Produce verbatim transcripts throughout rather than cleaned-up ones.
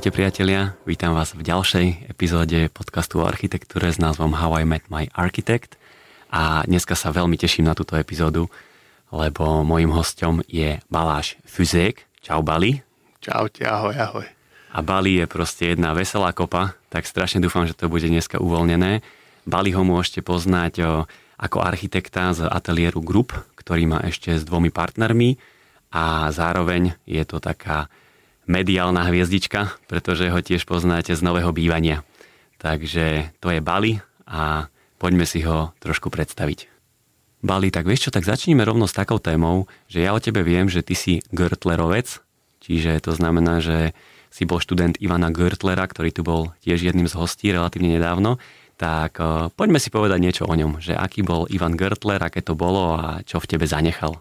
Ahojte priatelia, vítam vás v ďalšej epizóde podcastu o architektúre s názvom How I Met My Architect a dneska sa veľmi teším na túto epizódu, lebo mojím hosťom je Balázs Füzék. Čau Bali. Čaute, ahoj, ahoj. A Bali je proste jedna veselá kopa, tak strašne dúfam, že to bude dneska uvoľnené. Baliho môžete poznať o, ako architekta z ateliéru Group, ktorý má ešte s dvomi partnermi a zároveň je to taká mediálna hviezdička, pretože ho tiež poznáte z nového bývania. Takže to je Bali a poďme si ho trošku predstaviť. Bali, tak vieš čo, tak začneme rovno s takou témou, že ja o tebe viem, že ty si Görtlerovec, čiže to znamená, že si bol študent Ivana Görtlera, ktorý tu bol tiež jedným z hostí relatívne nedávno. Tak uh, poďme si povedať niečo o ňom, že aký bol Ivan Görtler, aké to bolo a čo v tebe zanechal.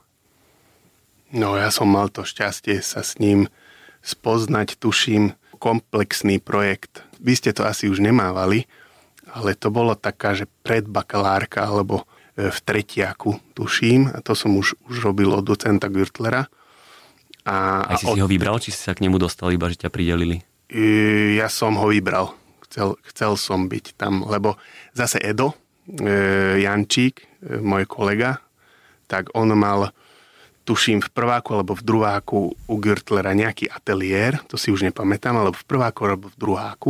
No ja som mal to šťastie sa s ním spoznať, tuším, komplexný projekt. Vy ste to asi už nemávali, ale to bolo taká, že predbakalárka, alebo v tretiaku, tuším, a to som už, už robil od docenta Görtlera. A, Aj si od... si ho vybral, či si sa k nemu dostal, iba že ťa pridelili? Ja som ho vybral. Chcel, chcel som byť tam, lebo zase Edo, Jančík, môj kolega, tak on mal, tuším, v prváku alebo v druháku u Görtlera nejaký ateliér, to si už nepamätám, alebo v prváku alebo v druháku.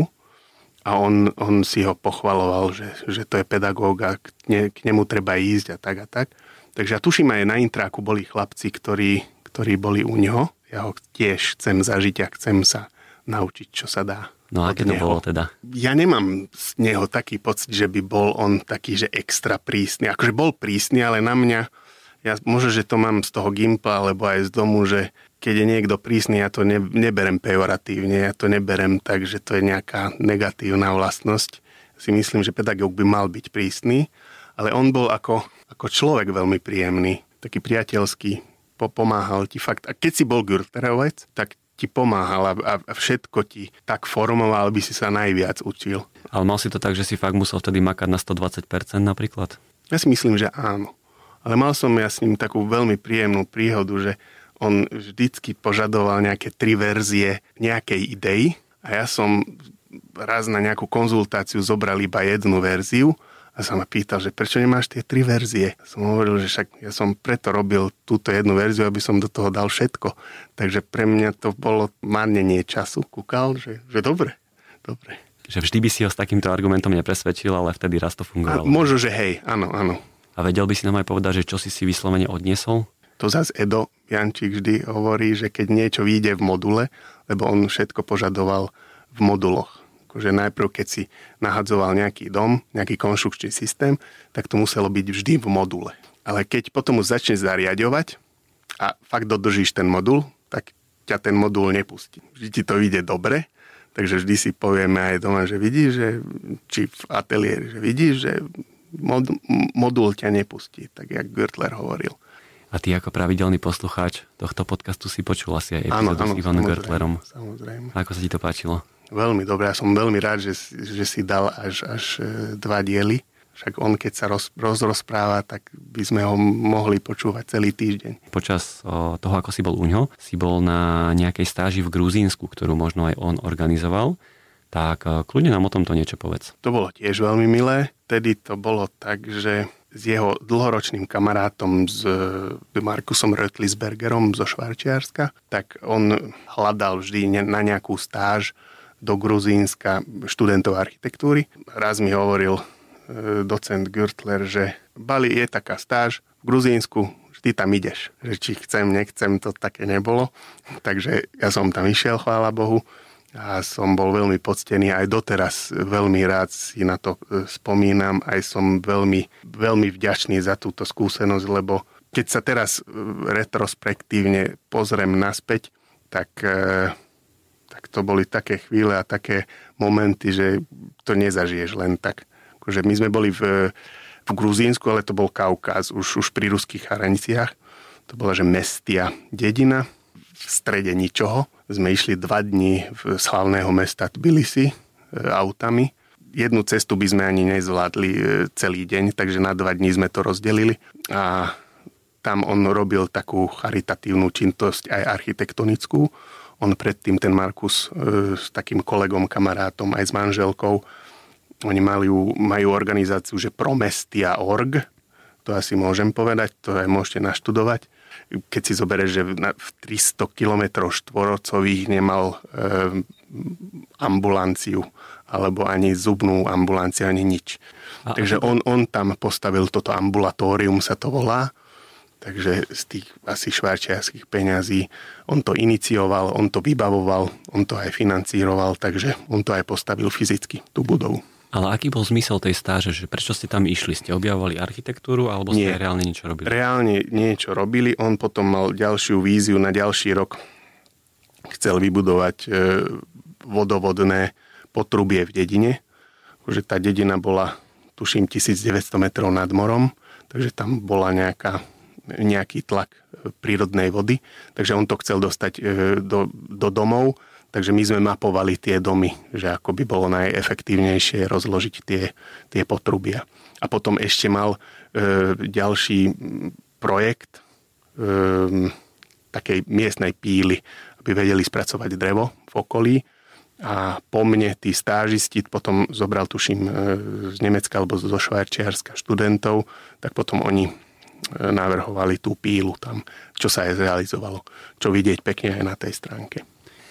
A on, on si ho pochvaloval, že, že to je pedagóg a k, ne, k nemu treba ísť a tak a tak. Takže ja tuším, aj na intráku boli chlapci, ktorí, ktorí boli u neho. Ja ho tiež chcem zažiť a chcem sa naučiť, čo sa dá. No a aké to bolo teda? Ja nemám z neho taký pocit, že by bol on taký, že extra prísny. Akože bol prísny, ale na mňa, ja možno, že to mám z toho Gimpla, alebo aj z domu, že keď je niekto prísny, ja to ne, neberem pejoratívne, ja to neberem tak, že to je nejaká negatívna vlastnosť. Si myslím, že pedagóg by mal byť prísny, ale on bol ako, ako človek veľmi príjemný, taký priateľský, pomáhal ti fakt. A keď si bol Görtlerovec, tak ti pomáhal a, a všetko ti tak formoval, aby si sa najviac učil. Ale mal si to tak, že si fakt musel vtedy makať na stodvadsať percent napríklad? Ja si myslím, že áno. Ale mal som ja s ním takú veľmi príjemnú príhodu, že on vždycky požadoval nejaké tri verzie nejakej idei a ja som raz na nejakú konzultáciu zobral iba jednu verziu a sa ma pýtal, že prečo nemáš tie tri verzie. Som hovoril, že však ja som preto robil túto jednu verziu, aby som do toho dal všetko. Takže pre mňa to bolo márnenie času. Kúkal, že, že dobre, dobre. Že vždy by si ho s takýmto argumentom nepresvedčil, ale vtedy raz to fungovalo. A možno, že hej, áno, áno. A vedel by si nám aj povedať, že čo si si vyslovene odniesol? To zase Edo Jančík vždy hovorí, že keď niečo vyjde v module, lebo on všetko požadoval v moduloch. Akože najprv, keď si nahadzoval nejaký dom, nejaký konštrukčný systém, tak to muselo byť vždy v module. Ale keď potom už začneš zariaďovať a fakt dodržíš ten modul, tak ťa ten modul nepustí. Vždy ti to vyjde dobre, takže vždy si povieme aj doma, že vidíš, že, či v ateliéri, že vidíš, že mod, modul ťa nepustí, tak jak Görtler hovoril. A ty ako pravidelný poslucháč tohto podcastu si počul asi aj epizódu s Ivanom Görtlerom. Samozrejme. Ako sa ti to páčilo? Veľmi dobre. Ja som veľmi rád, že, že si dal až, až dva diely. Však on, keď sa roz, rozpráva, tak by sme ho mohli počúvať celý týždeň. Počas o, toho, ako si bol u ňo, si bol na nejakej stáži v Gruzínsku, ktorú možno aj on organizoval. Tak kľudne nám o tomto niečo povedz. To bolo tiež veľmi milé. Tedy to bolo tak, že s jeho dlhoročným kamarátom, s Markusom Rötlisbergerom zo Švajčiarska, tak on hľadal vždy na nejakú stáž do Gruzínska študentov architektúry. Raz mi hovoril docent Görtler, že Bali, je taká stáž v Gruzínsku, ty tam ideš. Že či chcem, nechcem, to také nebolo. Takže ja som tam išiel, chvála Bohu. A som bol veľmi poctený, aj doteraz veľmi rád si na to spomínam, aj som veľmi, veľmi vďačný za túto skúsenosť, lebo keď sa teraz retrospektívne pozriem naspäť, tak, tak to boli také chvíle a také momenty, že to nezažiješ len tak. Akože my sme boli v, v Gruzínsku, ale to bol Kaukaz, už, už pri ruských hraniciach. To bola, že Mestia dedina, v strede ničoho. Sme išli dva dni z hlavného mesta Tbilisi e, autami. Jednu cestu by sme ani nezvládli e, celý deň, takže na dva dní sme to rozdelili. A tam on robil takú charitatívnu činnosť aj architektonickú. On predtým, ten Markus, e, s takým kolegom, kamarátom, aj s manželkou, oni majú, majú organizáciu, že Promestia bodka org, to asi môžem povedať, to aj môžete naštudovať. Keď si zoberieš, že v tristo kilometrov štvorcových nemal e, ambulanciu, alebo ani zubnú ambulanciu, ani nič. A Takže on, on tam postavil toto ambulatórium, sa to volá. Takže z tých asi švajčiarskych peňazí on to inicioval, on to vybavoval, on to aj financíroval, takže on to aj postavil fyzicky, tú budovu. Ale aký bol zmysel tej stáže? Že prečo ste tam išli? Ste objavovali architektúru alebo ste Nie. reálne niečo robili? Reálne niečo robili. On potom mal ďalšiu víziu na ďalší rok. Chcel vybudovať e, vodovodné potrubie v dedine. Že tá dedina bola, tuším, tisícdeväťsto metrov nad morom, takže tam bola nejaká, nejaký tlak prírodnej vody. Takže on to chcel dostať e, do, do domov. Takže my sme mapovali tie domy, že ako by bolo najefektívnejšie rozložiť tie, tie potrubia. A potom ešte mal e, ďalší projekt e, takej miestnej píly, aby vedeli spracovať drevo v okolí. A po mne tí stážisti, potom zobral, tuším, e, z Nemecka alebo zo Švajčiarska študentov, tak potom oni e, navrhovali tú pílu tam, čo sa aj zrealizovalo. Čo vidieť pekne aj na tej stránke.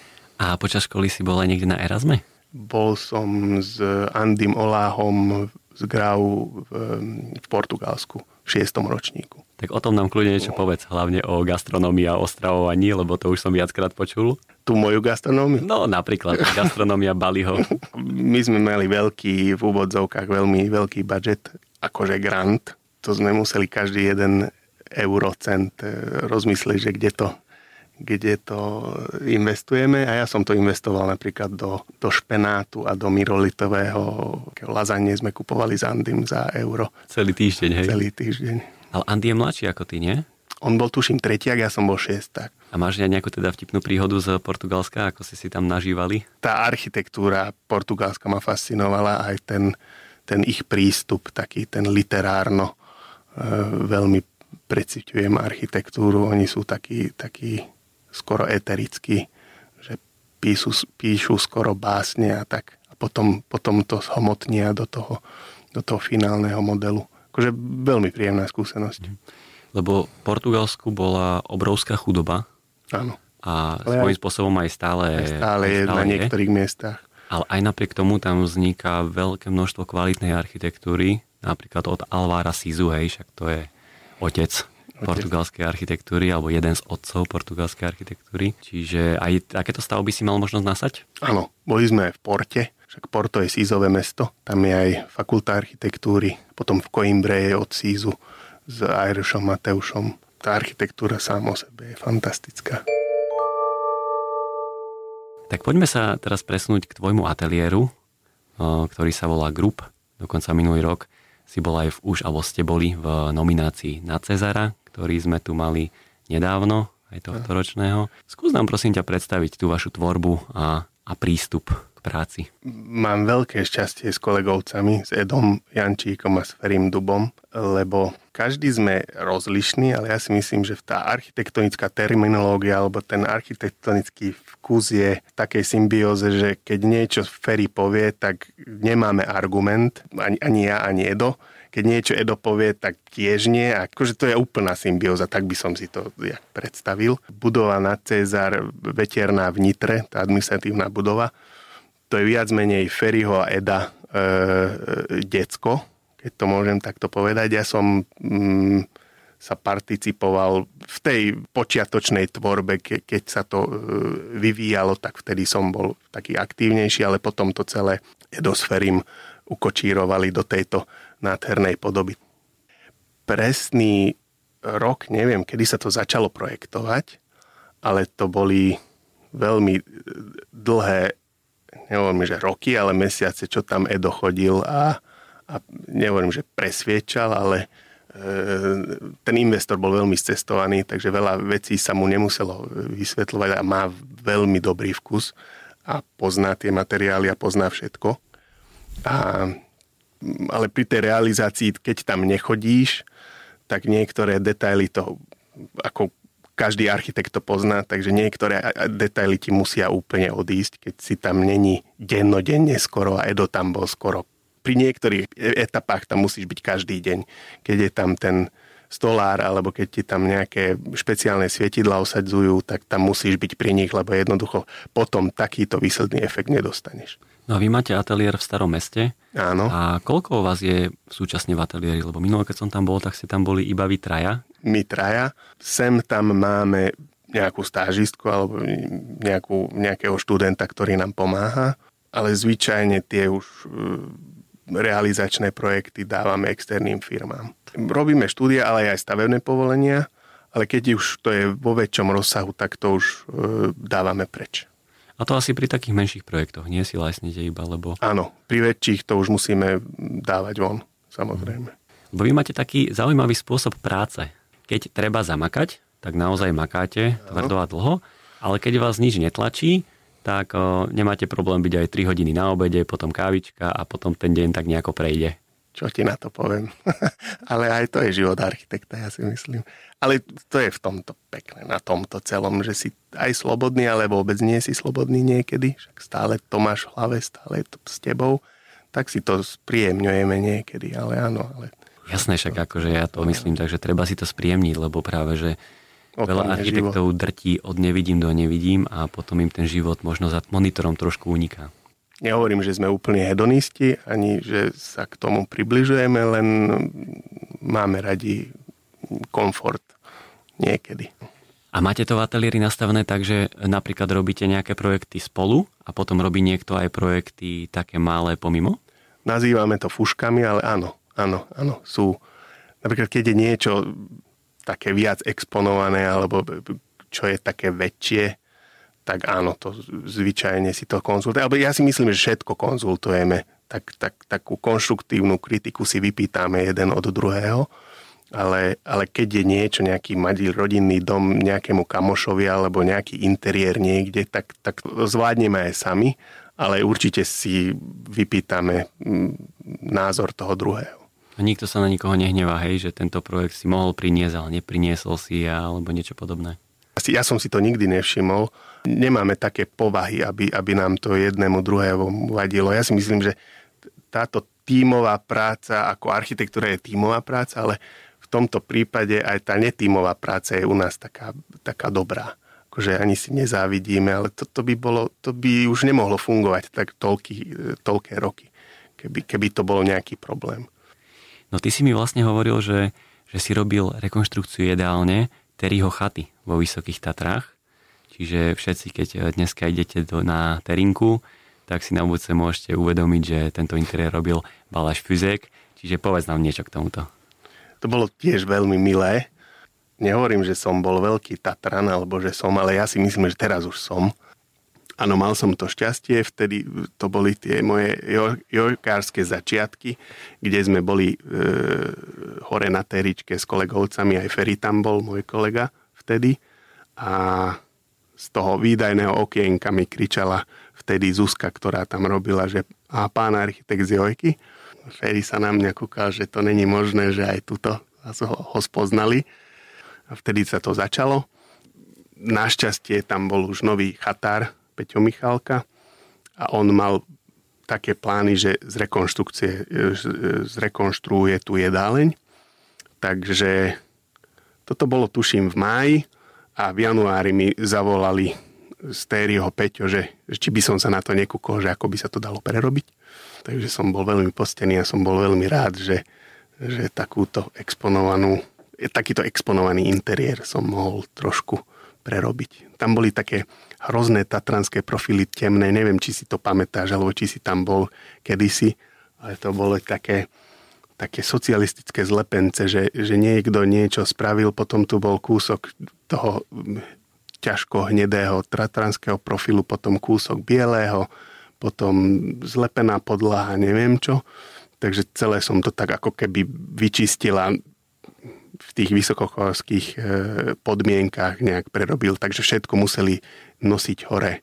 A počas školy si bol aj niekde na Erasme? Bol som s Andym Oláhom z Grau v, v Portugalsku v šiestom ročníku. Tak o tom nám kľudne niečo povedz, hlavne o gastronómii a o stravovaní, lebo to už som viackrát počul. Tú moju gastronómiu? No napríklad gastronómia Baliho. My sme mali veľký, v úvodzovkách veľmi veľký budget, akože grant. To sme museli každý jeden eurocent rozmyslieť, že kde to kde to investujeme a ja som to investoval napríklad do, do špenátu a do myrolitového lazagne sme kupovali s Andym za euro. Celý týždeň, hej? Celý týždeň. Ale Andy je mladší ako ty, nie? On bol tuším tretiak, ja som bol šiestak. A máš nejakú teda vtipnú príhodu z Portugalska, ako si si tam nažívali? Tá architektúra Portugalska ma fascinovala, aj ten, ten ich prístup, taký ten literárno, e, veľmi preciťujem architektúru, oni sú takí, takí skoro eterický, že píšu, píšu skoro básne a tak. A potom, potom to zhmotnia do toho, do toho finálneho modelu. Akože veľmi príjemná skúsenosť. Lebo v Portugalsku bola obrovská chudoba. Áno. A svojím spôsobom aj stále, aj stále je stále na niektorých je. miestach. Ale aj napriek tomu tam vzniká veľké množstvo kvalitnej architektúry. Napríklad od Alvara Sisu, hej, však to je otec portugalskej architektúry, alebo jeden z otcov portugalskej architektúry. Čiže aj takéto stavby si mal možnosť nasať? Áno, boli sme v Porte, však Porto je Sízové mesto, tam je aj fakulta architektúry, potom v Coimbre je od Sízu s Airešom Mateušom. Tá architektúra sám o sebe je fantastická. Tak poďme sa teraz presunúť k tvojmu ateliéru, ktorý sa volá Group. Dokonca minulý rok si bol aj v, už, alebo ste boli v nominácii na Cezara, ktorý sme tu mali nedávno, aj tohto ročného. Skús nám prosím ťa predstaviť tú vašu tvorbu a, a prístup k práci. Mám veľké šťastie s kolegovcami, s Edom Jančíkom a s Ferim Dubom, lebo každý sme rozlišní, ale ja si myslím, že tá architektonická terminológia alebo ten architektonický vkus je v takej symbióze, že keď niečo Feri povie, tak nemáme argument, ani, ani ja, ani Edo. Keď niečo Edo povie, tak tiež nie. Akože to je úplná symbióza, tak by som si to ja predstavil. Budova na Cezar, veterná v Nitre, tá administratívna budova, to je viac menej Feriho a Eda e, e, decko, keď to môžem takto povedať. Ja som mm, sa participoval v tej počiatočnej tvorbe, ke, keď sa to e, vyvíjalo, tak vtedy som bol taký aktívnejší, ale potom to celé Edo s Ferim ukočírovali do tejto nádhernej podoby. Presný rok, neviem, kedy sa to začalo projektovať, ale to boli veľmi dlhé, nehovorím, že roky, ale mesiace, čo tam Edo chodil a, a nehovorím, že presviečal, ale e, ten investor bol veľmi scestovaný, takže veľa vecí sa mu nemuselo vysvetľovať a má veľmi dobrý vkus a pozná tie materiály a pozná všetko. A ale pri tej realizácii, keď tam nechodíš, tak niektoré detaily to ako každý architekt to pozná, takže niektoré detaily ti musia úplne odísť, keď si tam není dennodenne skoro a Edo tam bol skoro. Pri niektorých etapách tam musíš byť každý deň, keď je tam ten stolár, alebo keď ti tam nejaké špeciálne svietidlá osadzujú, tak tam musíš byť pri nich, lebo jednoducho potom takýto výsledný efekt nedostaneš. No a vy máte ateliér v Starom Meste. Áno. A koľko vás je súčasne v ateliéri? Lebo minulé, keď som tam bol, tak ste tam boli iba vy traja. My traja. Sem tam máme nejakú stážistku alebo nejakú, nejakého študenta, ktorý nám pomáha, ale zvyčajne tie už realizačné projekty dávame externým firmám. Robíme štúdia, ale aj stavebné povolenia, ale keď už to je vo väčšom rozsahu, tak to už e, dávame preč. A to asi pri takých menších projektoch, nie si lajsnete iba, lebo... Áno, pri väčších to už musíme dávať von, samozrejme. Lebo vy máte taký zaujímavý spôsob práce. Keď treba zamakať, tak naozaj makáte tvrdo a dlho, ale keď vás nič netlačí, tak o, nemáte problém byť aj tri hodiny na obede, potom kávička a potom ten deň tak nejako prejde. Čo ti na to poviem? Ale aj to je život architekta, ja si myslím. Ale to je v tomto pekné, na tomto celom, že si aj slobodný, ale vôbec nie si slobodný niekedy. Však stále to máš v hlave, stále je to s tebou. Tak si to spríjemňujeme niekedy, ale áno. Ale... Jasné, však akože ja to myslím, takže treba si to spríjemniť, lebo práve, že veľa architektov život. Drtí od nevidím do nevidím a potom im ten život možno za monitorom trošku uniká. Nehovorím, že sme úplne hedonisti, ani že sa k tomu približujeme, len máme radi komfort niekedy. A máte to v ateliéri nastavené tak, že napríklad robíte nejaké projekty spolu a potom robí niekto aj projekty také malé pomimo? Nazývame to fuškami, ale áno, áno, áno, sú. Napríklad, keď je niečo také viac exponované, alebo čo je také väčšie, tak áno, to zvyčajne si to konzultujeme. Alebo ja si myslím, že všetko konzultujeme. Tak, tak, takú konštruktívnu kritiku si vypýtame jeden od druhého. Ale, ale keď je niečo, nejaký mladý rodinný dom nejakému kamošovi alebo nejaký interiér niekde, tak, tak zvládneme aj sami, ale určite si vypýtame názor toho druhého. A nikto sa na nikoho nehnevá, hej, že tento projekt si mohol priniesť, ale nepriniesol si alebo niečo podobné? Ja som si to nikdy nevšimol. Nemáme také povahy, aby, aby nám to jednému druhému vadilo. Ja si myslím, že táto tímová práca, ako architektúra je tímová práca, ale v tomto prípade aj tá netímová práca je u nás taká, taká dobrá. Akože ani si nezávidíme, ale to, to, by bolo, to by už nemohlo fungovať tak toľky, toľké roky, keby, keby to bol nejaký problém. No ty si mi vlastne hovoril, že, že si robil rekonštrukciu ideálne Terryho chaty vo Vysokých Tatrách. Čiže všetci, keď dneska idete do, na Terinku, tak si na budúce môžete uvedomiť, že tento interiér robil Balázs Füzek. Čiže povedz nám niečo k tomuto. To bolo tiež veľmi milé. Nehovorím, že som bol veľký Tatran, alebo že som, ale ja si myslím, že teraz už som. Áno, mal som to šťastie, vtedy to boli tie moje jojkárske začiatky, kde sme boli e, hore na Teričke s kolegovcami, aj Ferry tam bol, môj kolega vtedy. A z toho výdajného okienka mi kričala vtedy Zuzka, ktorá tam robila, že a pán architekt z Jojky. Ferry sa na mňa kúkal, že to není možné, že aj tuto ho spoznali. A vtedy sa to začalo. Našťastie tam bol už nový chatár, Peťo Michálka, a on mal také plány, že z rekonštrukcie zrekonštruuje tú jedáleň. Takže toto bolo, tuším, v máji a v januári mi zavolali z Terryho Peťo, že, že či by som sa na to nekúkol, že ako by sa to dalo prerobiť. Takže som bol veľmi postený a som bol veľmi rád, že, že takúto exponovanú, takýto exponovaný interiér som mohol trošku prerobiť. Tam boli také hrozné tatranské profily temné, neviem, či si to pamätáš, alebo či si tam bol kedysi, ale to bolo také, také socialistické zlepence, že, že niekto niečo spravil, potom tu bol kúsok toho ťažko hnedého tatranského profilu, potom kúsok bielého, potom zlepená podlaha, neviem čo. Takže celé som to tak ako keby vyčistila v tých vysokochorských podmienkách nejak prerobil, takže všetko museli nosiť hore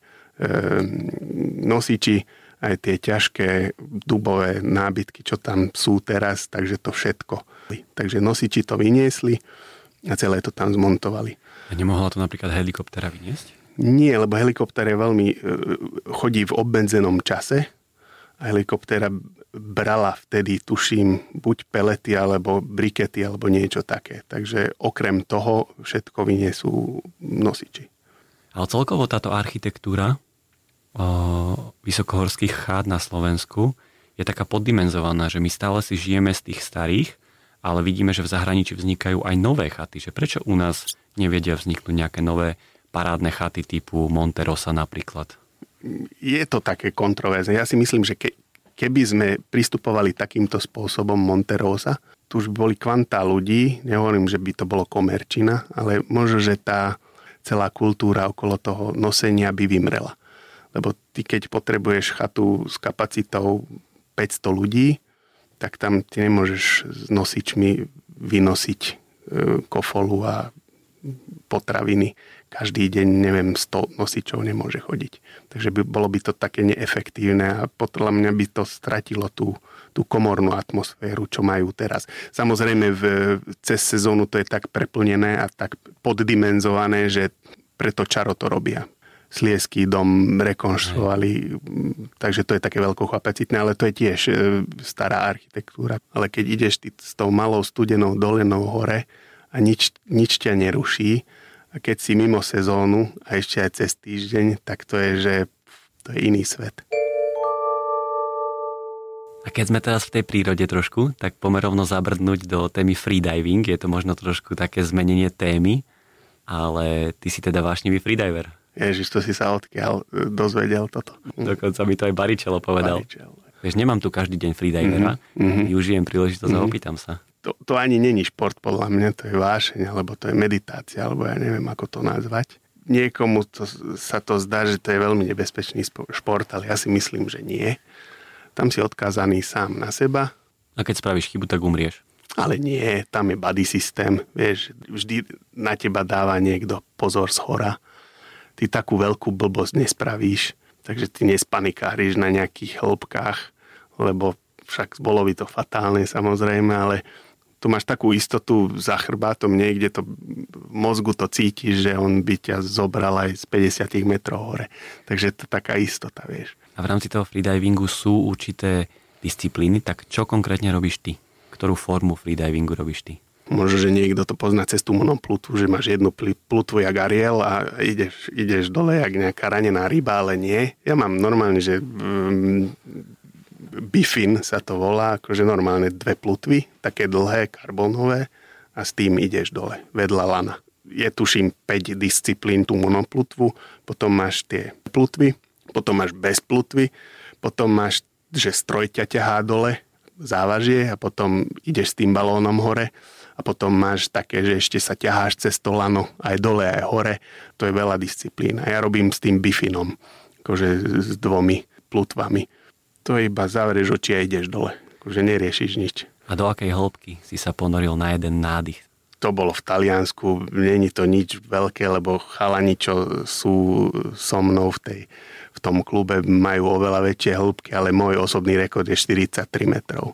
nosiči, aj tie ťažké dubové nábytky, čo tam sú teraz, takže to všetko. Takže nosiči to vyniesli a celé to tam zmontovali. A nemohla to napríklad helikoptéra vyniesť? Nie, lebo helikoptéra je veľmi, chodí v obmedzenom čase a helikoptéra brala vtedy, tuším, buď pelety, alebo brikety, alebo niečo také. Takže okrem toho všetko vyniesú nosiči. Ale celkovo táto architektúra o, vysokohorských chát na Slovensku je taká poddimenzovaná, že my stále si žijeme z tých starých, ale vidíme, že v zahraničí vznikajú aj nové chaty. Že prečo u nás nevedia vzniknúť nejaké nové parádne chaty typu Monte Rosa napríklad? Je to také kontroverzné. Ja si myslím, že ke, keby sme pristupovali takýmto spôsobom Monte Rosa, tu už by boli kvantá ľudí, nehovorím, že by to bolo komerčina, ale možno, že tá celá kultúra okolo toho nosenia by vymrela. Lebo ty, keď potrebuješ chatu s kapacitou päťsto ľudí, tak tam ty nemôžeš s nosičmi vynosiť e, kofolu a potraviny. Každý deň, neviem, sto nosičov nemôže chodiť. Takže by, bolo by to také neefektívne a podľa mňa by to stratilo tú, tú komornú atmosféru, čo majú teraz. Samozrejme, v, cez sezónu to je tak preplnené a tak poddimenzované, že preto čaro to robia. Slieský dom rekonštruovali, takže to je také veľkokapacitné, ale to je tiež e, stará architektúra. Ale keď ideš ty s tou malou studenou dolenou hore a nič, nič ťa neruší, a keď si mimo sezónu a ešte aj cez týždeň, tak to je, že to je iný svet. A keď sme teraz v tej prírode trošku, tak pomerovno zabrdnúť do témy freediving. Je to možno trošku také zmenenie témy, ale ty si teda vášnivý freediver. Ježiš, to si sa odkiaľ dozvedel toto. Dokonca mi to aj Baričelo povedal. Baričel. Vieš, nemám tu každý deň freedivera, mm-hmm. využijem príležitosť mm-hmm. a opýtam sa. To, to ani není šport podľa mňa, to je vášeň, alebo to je meditácia, alebo ja neviem, ako to nazvať. Niekomu to, sa to zdá, že to je veľmi nebezpečný šport, ale ja si myslím, že nie. Tam si odkázaný sám na seba. A keď spravíš chybu, tak umrieš. Ale nie, tam je buddy systém, vieš, vždy na teba dáva niekto pozor z hora. Ty takú veľkú blbosť nespravíš, takže ty nespanikáriš na nejakých hĺbkách, lebo však bolo by to fatálne samozrejme, ale tu máš takú istotu za chrbátom niekde, to v mozgu to cítiš, že on by ťa zobral aj z päťdesiat metrov hore. Takže to je taká istota, vieš. A v rámci toho freedivingu sú určité disciplíny, tak čo konkrétne robíš ty? Ktorú formu freedivingu robíš ty? Možno, že niekto to pozná cez tú monoplutu, že máš jednu plutvu jak Ariel a ideš, ideš dole jak nejaká ranená ryba, ale nie. Ja mám normálne, že um, bifin sa to volá, akože normálne dve plutvy, také dlhé, karbonové a s tým ideš dole, vedľa lana. Je tuším päť disciplín tú monoplutvu, potom máš tie plutvy, potom máš bez plutvy, potom máš, že stroj ťa ťahá dole, závažie a potom ideš s tým balónom hore. A potom máš také, že ešte sa ťaháš cez to lano aj dole, aj hore. To je veľa disciplín. A ja robím s tým bifinom, akože s dvomi plutvami. To iba zavrieš oči a ideš dole. Akože neriešiš nič. A do akej hĺbky si sa ponoril na jeden nádych? To bolo v Taliansku. Není to nič veľké, lebo chalani, čo sú so mnou v, tej, v tom klube, majú oveľa väčšie hĺbky, ale môj osobný rekord je štyridsaťtri metrov.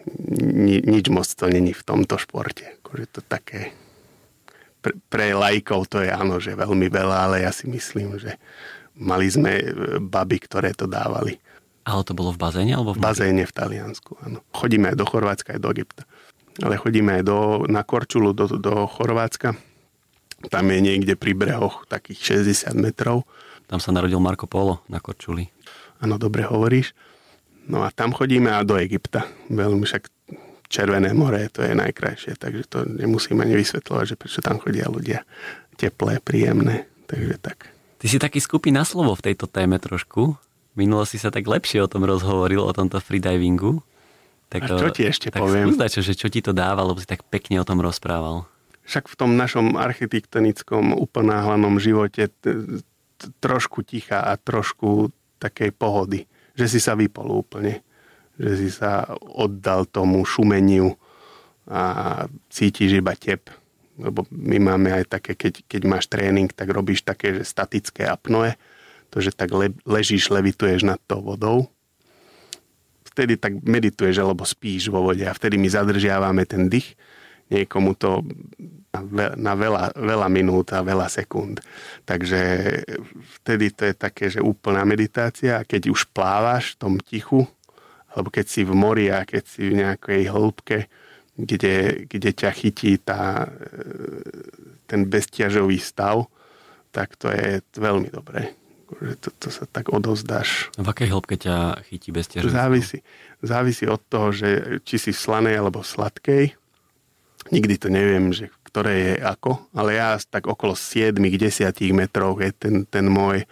Ni, nič moc to není v tomto športe. Akože to také pre, pre laikov to je áno, že veľmi veľa, ale ja si myslím, že mali sme baby, ktoré to dávali. Ale to bolo v bazéne? Alebo v, v bazéne v Taliansku, áno. Chodíme aj do Chorvátska, aj do Egypta. Ale chodíme aj do, na Korčulu, do, do Chorvátska. Tam je niekde pri brehoch takých šesťdesiat metrov. Tam sa narodil Marco Polo na Korčuli. Áno, dobre hovoríš. No a tam chodíme a do Egypta. Veľmi však Červené more, to je najkrajšie, takže to nemusím ani vysvetľovať, že prečo tam chodia ľudia. Teplé, príjemné, takže tak. Ty si taký skupý na slovo v tejto téme trošku. Minulo si sa tak lepšie o tom rozhovoril, o tomto freedivingu. Tak, a čo ti ešte tak poviem? Tak skús, že čo ti to dáva, lebo si tak pekne o tom rozprával. Však v tom našom architektonickom uponáhlanom živote t- t- trošku ticha a trošku takej pohody. Že si sa vypol úplne. Že si sa oddal tomu šumeniu a cítiš iba tep. Lebo my máme aj také, keď, keď máš tréning, tak robíš také, že statické apnoe. To, že tak le, ležíš, levituješ nad tou vodou. Vtedy tak medituješ, alebo spíš vo vode a vtedy my zadržiavame ten dych. niekomu to na veľa, veľa minút a veľa sekúnd. Takže vtedy to je také, že úplná meditácia a keď už plávaš v tom tichu, alebo keď si v mori a keď si v nejakej hĺbke, kde, kde ťa chytí tá, ten bezťažový stav, tak to je veľmi dobré. To, to sa tak odovzdáš. V akej hĺbke ťa chytí bezťažový stav? Závisí. Závisí od toho, že či si v slanej alebo sladkej. Nikdy to neviem, že ktoré je ako, ale ja tak okolo sedem až desať metrov je ten, ten môj e,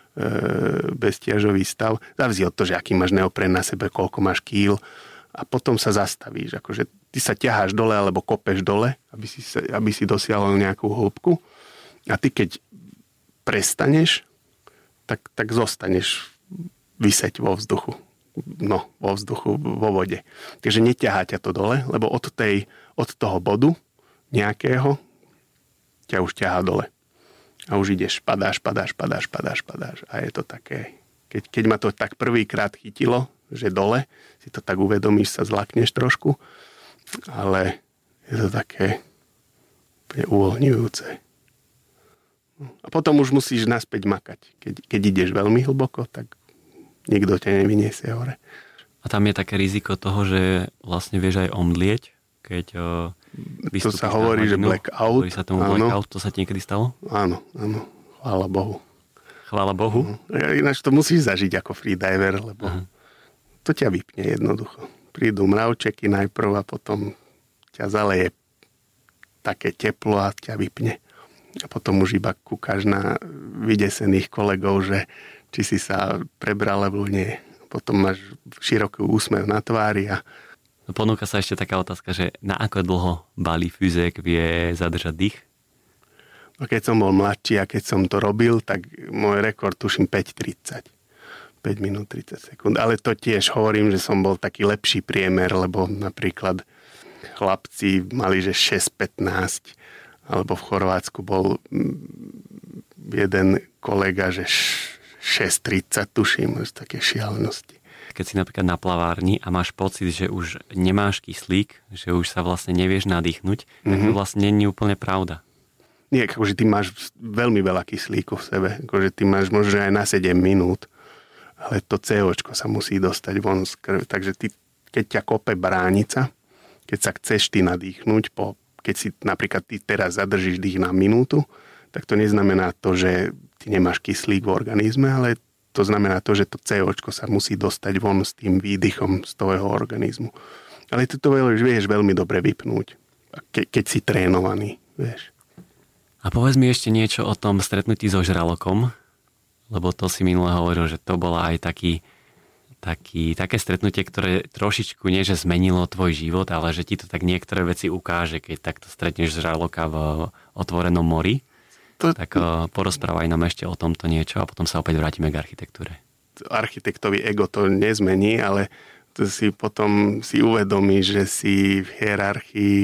bezťažový stav. Závisí od toho, že aký máš neopren na sebe, koľko máš kíl a potom sa zastavíš. Akože ty sa ťaháš dole alebo kopeš dole, aby si, sa, aby si dosiahol nejakú hĺbku a ty keď prestaneš, tak, tak zostaneš vyseť vo vzduchu. No, vo vzduchu, vo vode. Takže neťahá ťa to dole, lebo od, tej, od toho bodu nejakého ťa už ťahá dole. A už ideš, padáš, padáš, padáš, padáš, padáš. A je to také, keď, keď ma to tak prvýkrát chytilo, že dole, si to tak uvedomíš, sa zlakneš trošku, ale je to také uvoľňujúce. A potom už musíš naspäť makať. Keď, keď ideš veľmi hlboko, tak nikto ťa nevyniesie hore. A tam je také riziko toho, že vlastne vieš aj omdlieť, keď uh, to sa hovorí, že blackout. Hovorí sa tomu blackout, to sa ti niekedy stalo? Áno, áno. Chvála Bohu. Chvála Bohu? No, ináč to musíš zažiť ako freediver, lebo Aha. to ťa vypne jednoducho. Prídu mravčeky najprv a potom ťa zaleje také teplo a ťa vypne. A potom už iba kúkaš na vydesených kolegov, že či si sa prebral, alebo nie. Potom máš široký úsmev na tvári a ponúka sa ešte taká otázka, že na ako dlho Bali Fusek vie zadržať dých? No keď som bol mladší a keď som to robil, tak môj rekord tuším päť tridsať. päť minút tridsať sekúnd. Ale to tiež hovorím, že som bol taký lepší priemer, lebo napríklad chlapci mali, že šesť pätnásť, alebo v Chorvátsku bol jeden kolega, že šesť tridsať, tuším, že také šialenosti. Keď si napríklad na plavárni a máš pocit, že už nemáš kyslík, že už sa vlastne nevieš nadýchnuť, mm-hmm. tak to vlastne nie je úplne pravda. Nie, akože ty máš veľmi veľa kyslíku v sebe. Akože ty máš možno aj na sedem minút, ale to COčko sa musí dostať von z krvi. Takže ty, keď ťa kope bránica, keď sa chceš ty nadýchnuť, po, keď si napríklad ty teraz zadržíš dých na minútu, tak to neznamená to, že ty nemáš kyslík v organizme, ale to znamená to, že to COčko sa musí dostať von s tým výdychom z toho organizmu. Ale ty to vieš veľmi dobre vypnúť, ke, keď si trénovaný, vieš. A povedz mi ešte niečo o tom stretnutí so žralokom, lebo to si minule hovoril, že to bola aj taký, taký, také stretnutie, ktoré trošičku nie, že zmenilo tvoj život, ale že ti to tak niektoré veci ukáže, keď takto stretneš žraloka v otvorenom mori. To... Tak uh, porozprávaj nám ešte o tomto niečo a potom sa opäť vrátime k architektúre. Architektovi ego to nezmení, ale to si potom si uvedomí, že si v hierarchii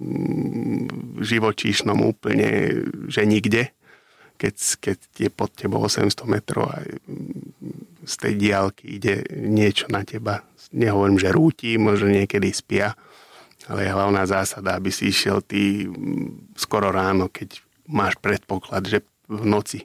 živočíšnom úplne, že nikde. Keď, keď je pod tebou osemsto metrov a z tej diaľky ide niečo na teba. Nehovorím, že rúti, možno niekedy spia, ale je hlavná zásada, aby si išiel ty skoro ráno, keď máš predpoklad, že v noci e,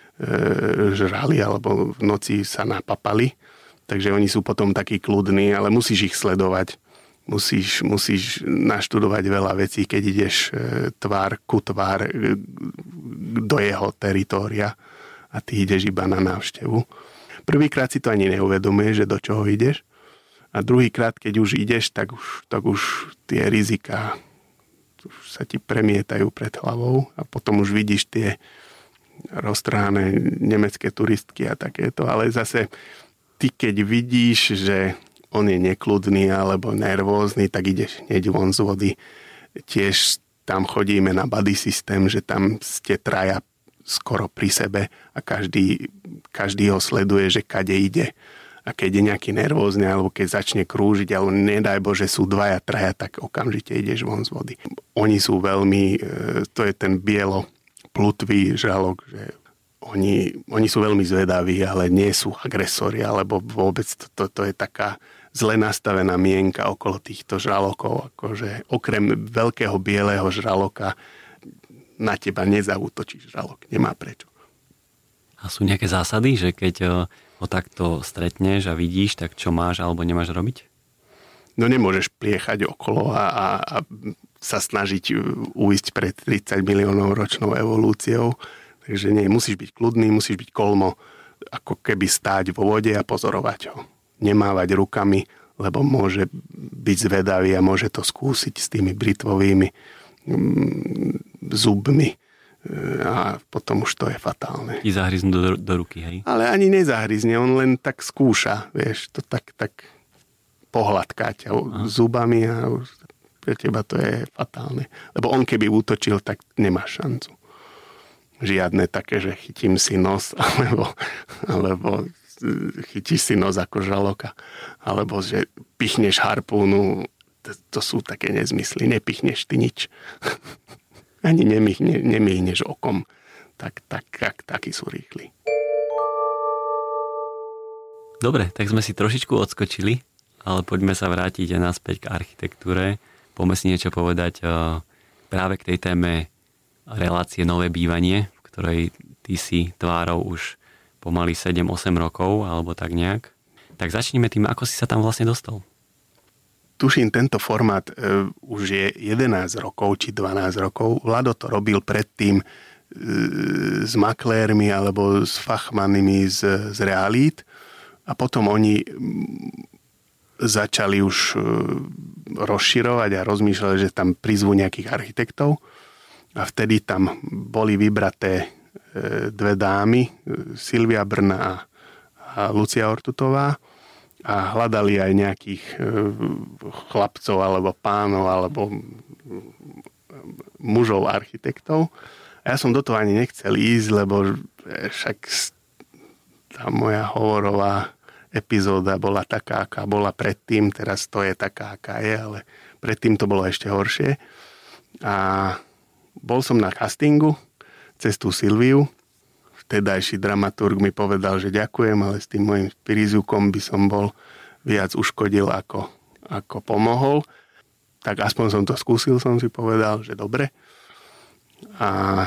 žrali alebo v noci sa napapali. Takže oni sú potom takí kľudní, ale musíš ich sledovať. Musíš, musíš naštudovať veľa vecí, keď ideš e, tvár ku tvár e, do jeho teritória a ty ideš iba na návštevu. Prvýkrát si to ani neuvedomuješ, že do čoho ideš. A druhýkrát, keď už ideš, tak už, tak už tie riziká už sa ti premietajú pred hlavou a potom už vidíš tie roztrhané nemecké turistky a takéto. Ale zase ty, keď vidíš, že on je nekľudný alebo nervózny, tak ideš hneď von z vody. Tiež tam chodíme na buddy systém, že tam ste traja skoro pri sebe a každý, každý ho sleduje, že kade ide. A keď je nejaký nervózny, alebo keď začne krúžiť, alebo nedaj Bože, sú dvaja, traja, tak okamžite ideš von z vody. Oni sú veľmi, to je ten bielo plutvý žralok, že oni, oni sú veľmi zvedaví, ale nie sú agresori, alebo vôbec to, to, to je taká zle nastavená mienka okolo týchto žralokov, akože okrem veľkého bieleho žraloka na teba nezautočí žralok, nemá prečo. A sú nejaké zásady, že keď ho takto stretneš a vidíš, tak čo máš alebo nemáš robiť? No nemôžeš pliechať okolo a, a, a sa snažiť uísť pred tridsať miliónov ročnou evolúciou, takže nie, musíš byť kľudný, musíš byť kolmo, ako keby stáť vo vode a pozorovať ho. Nemávať rukami, lebo môže byť zvedavý a môže to skúsiť s tými britvovými mm, zubmi a potom už to je fatálne. I zahryznú do, do ruky, hej? Ale ani nezahryzne, on len tak skúša, vieš, to tak, tak pohľadká ťa Aha. zubami a už pre teba to je fatálne. Lebo on keby útočil, tak nemá šancu. Žiadne také, že chytím si nos, alebo, alebo chytíš si nos ako žraloka, alebo že pichneš harpúnu, to, to sú také nezmysly, nepichneš ty nič. Ani nemihne, nemihneš okom, tak, tak, tak, takí sú rýchli. Dobre, tak sme si trošičku odskočili, ale poďme sa vrátiť naspäť k architektúre. Poďme si niečo povedať práve k tej téme relácie Nové bývanie, v ktorej ty si tvárou už pomaly sedem osem rokov, alebo tak nejak. Tak začneme tým, ako si sa tam vlastne dostal. Tuším, tento formát e, už je jedenásť rokov, či dvanásť rokov. Vlado to robil predtým e, s maklérmi alebo s fachmanmi z, z realít a potom oni m, začali už e, rozširovať a rozmýšľali, že tam prizvú nejakých architektov a vtedy tam boli vybraté e, dve dámy, Silvia Brna a, a Lucia Ortutová, a hľadali aj nejakých chlapcov alebo pánov alebo mužov architektov. A ja som do toho ani nechcel ísť, lebo však tá moja hovorová epizóda bola taká, aká bola predtým, teraz to je taká, aká je, ale predtým to bolo ešte horšie. A bol som na castingu cez tú Silviu. Vtedajší dramaturg mi povedal, že ďakujem, ale s tým môjim prízvukom by som bol viac uškodil, ako, ako pomohol. Tak aspoň som to skúsil, som si povedal, že dobre. A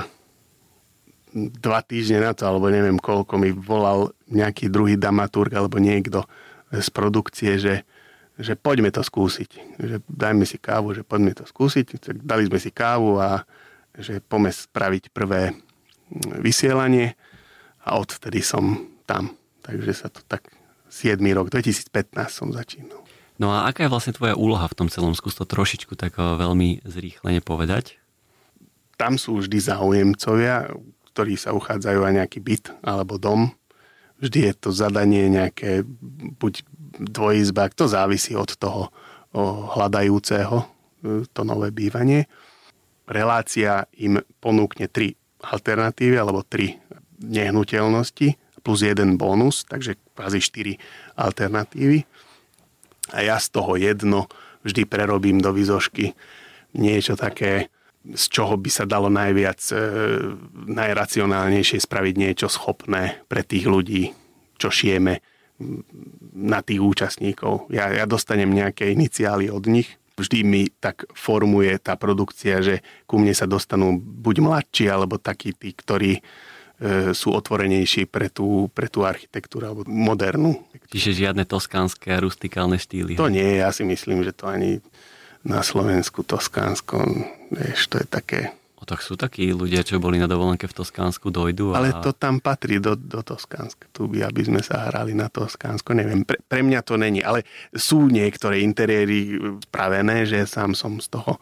dva týždne na to, alebo neviem koľko, mi volal nejaký druhý dramaturg alebo niekto z produkcie, že, že poďme to skúsiť. Že dajme si kávu, že poďme to skúsiť. Tak dali sme si kávu a že poďme spraviť prvé vysielanie a odvtedy som tam. Takže sa to tak siedmy rok, dvetisícpätnásť som začínal. No a aká je vlastne tvoja úloha v tom celom? Skús to trošičku tak veľmi zrýchlene povedať. Tam sú vždy záujemcovia, ktorí sa uchádzajú o nejaký byt alebo dom. Vždy je to zadanie nejaké, buď dvojizbák, to závisí od toho hľadajúceho, to nové bývanie. Relácia im ponúkne tri alternatívy alebo tri nehnuteľnosti plus jeden bonus, takže kvázi štyri alternatívy. A ja z toho jedno vždy prerobím do výzošky niečo také, z čoho by sa dalo najviac, e, najracionálnejšie spraviť niečo schopné pre tých ľudí, čo šijeme na tých účastníkov. Ja, ja dostanem nejaké iniciály od nich. Vždy mi tak formuje tá produkcia, že ku mne sa dostanú buď mladší, alebo takí tí, ktorí e, sú otvorenejší pre tú, pre tú architektúru, alebo modernú. Čiže žiadne toskánske a rustikálne štýly. To nie, ja si myslím, že to ani na Slovensku toskánsko, vieš, to je také... O tak sú takí ľudia, čo boli na dovolenke v Toskánsku, dojdu a... Ale to tam patrí do, do Toskánska. Tu by, aby sme sa hrali na Toskánsko, neviem. Pre, pre mňa to není, ale sú niektoré interiéry spravené, že sám som z toho e,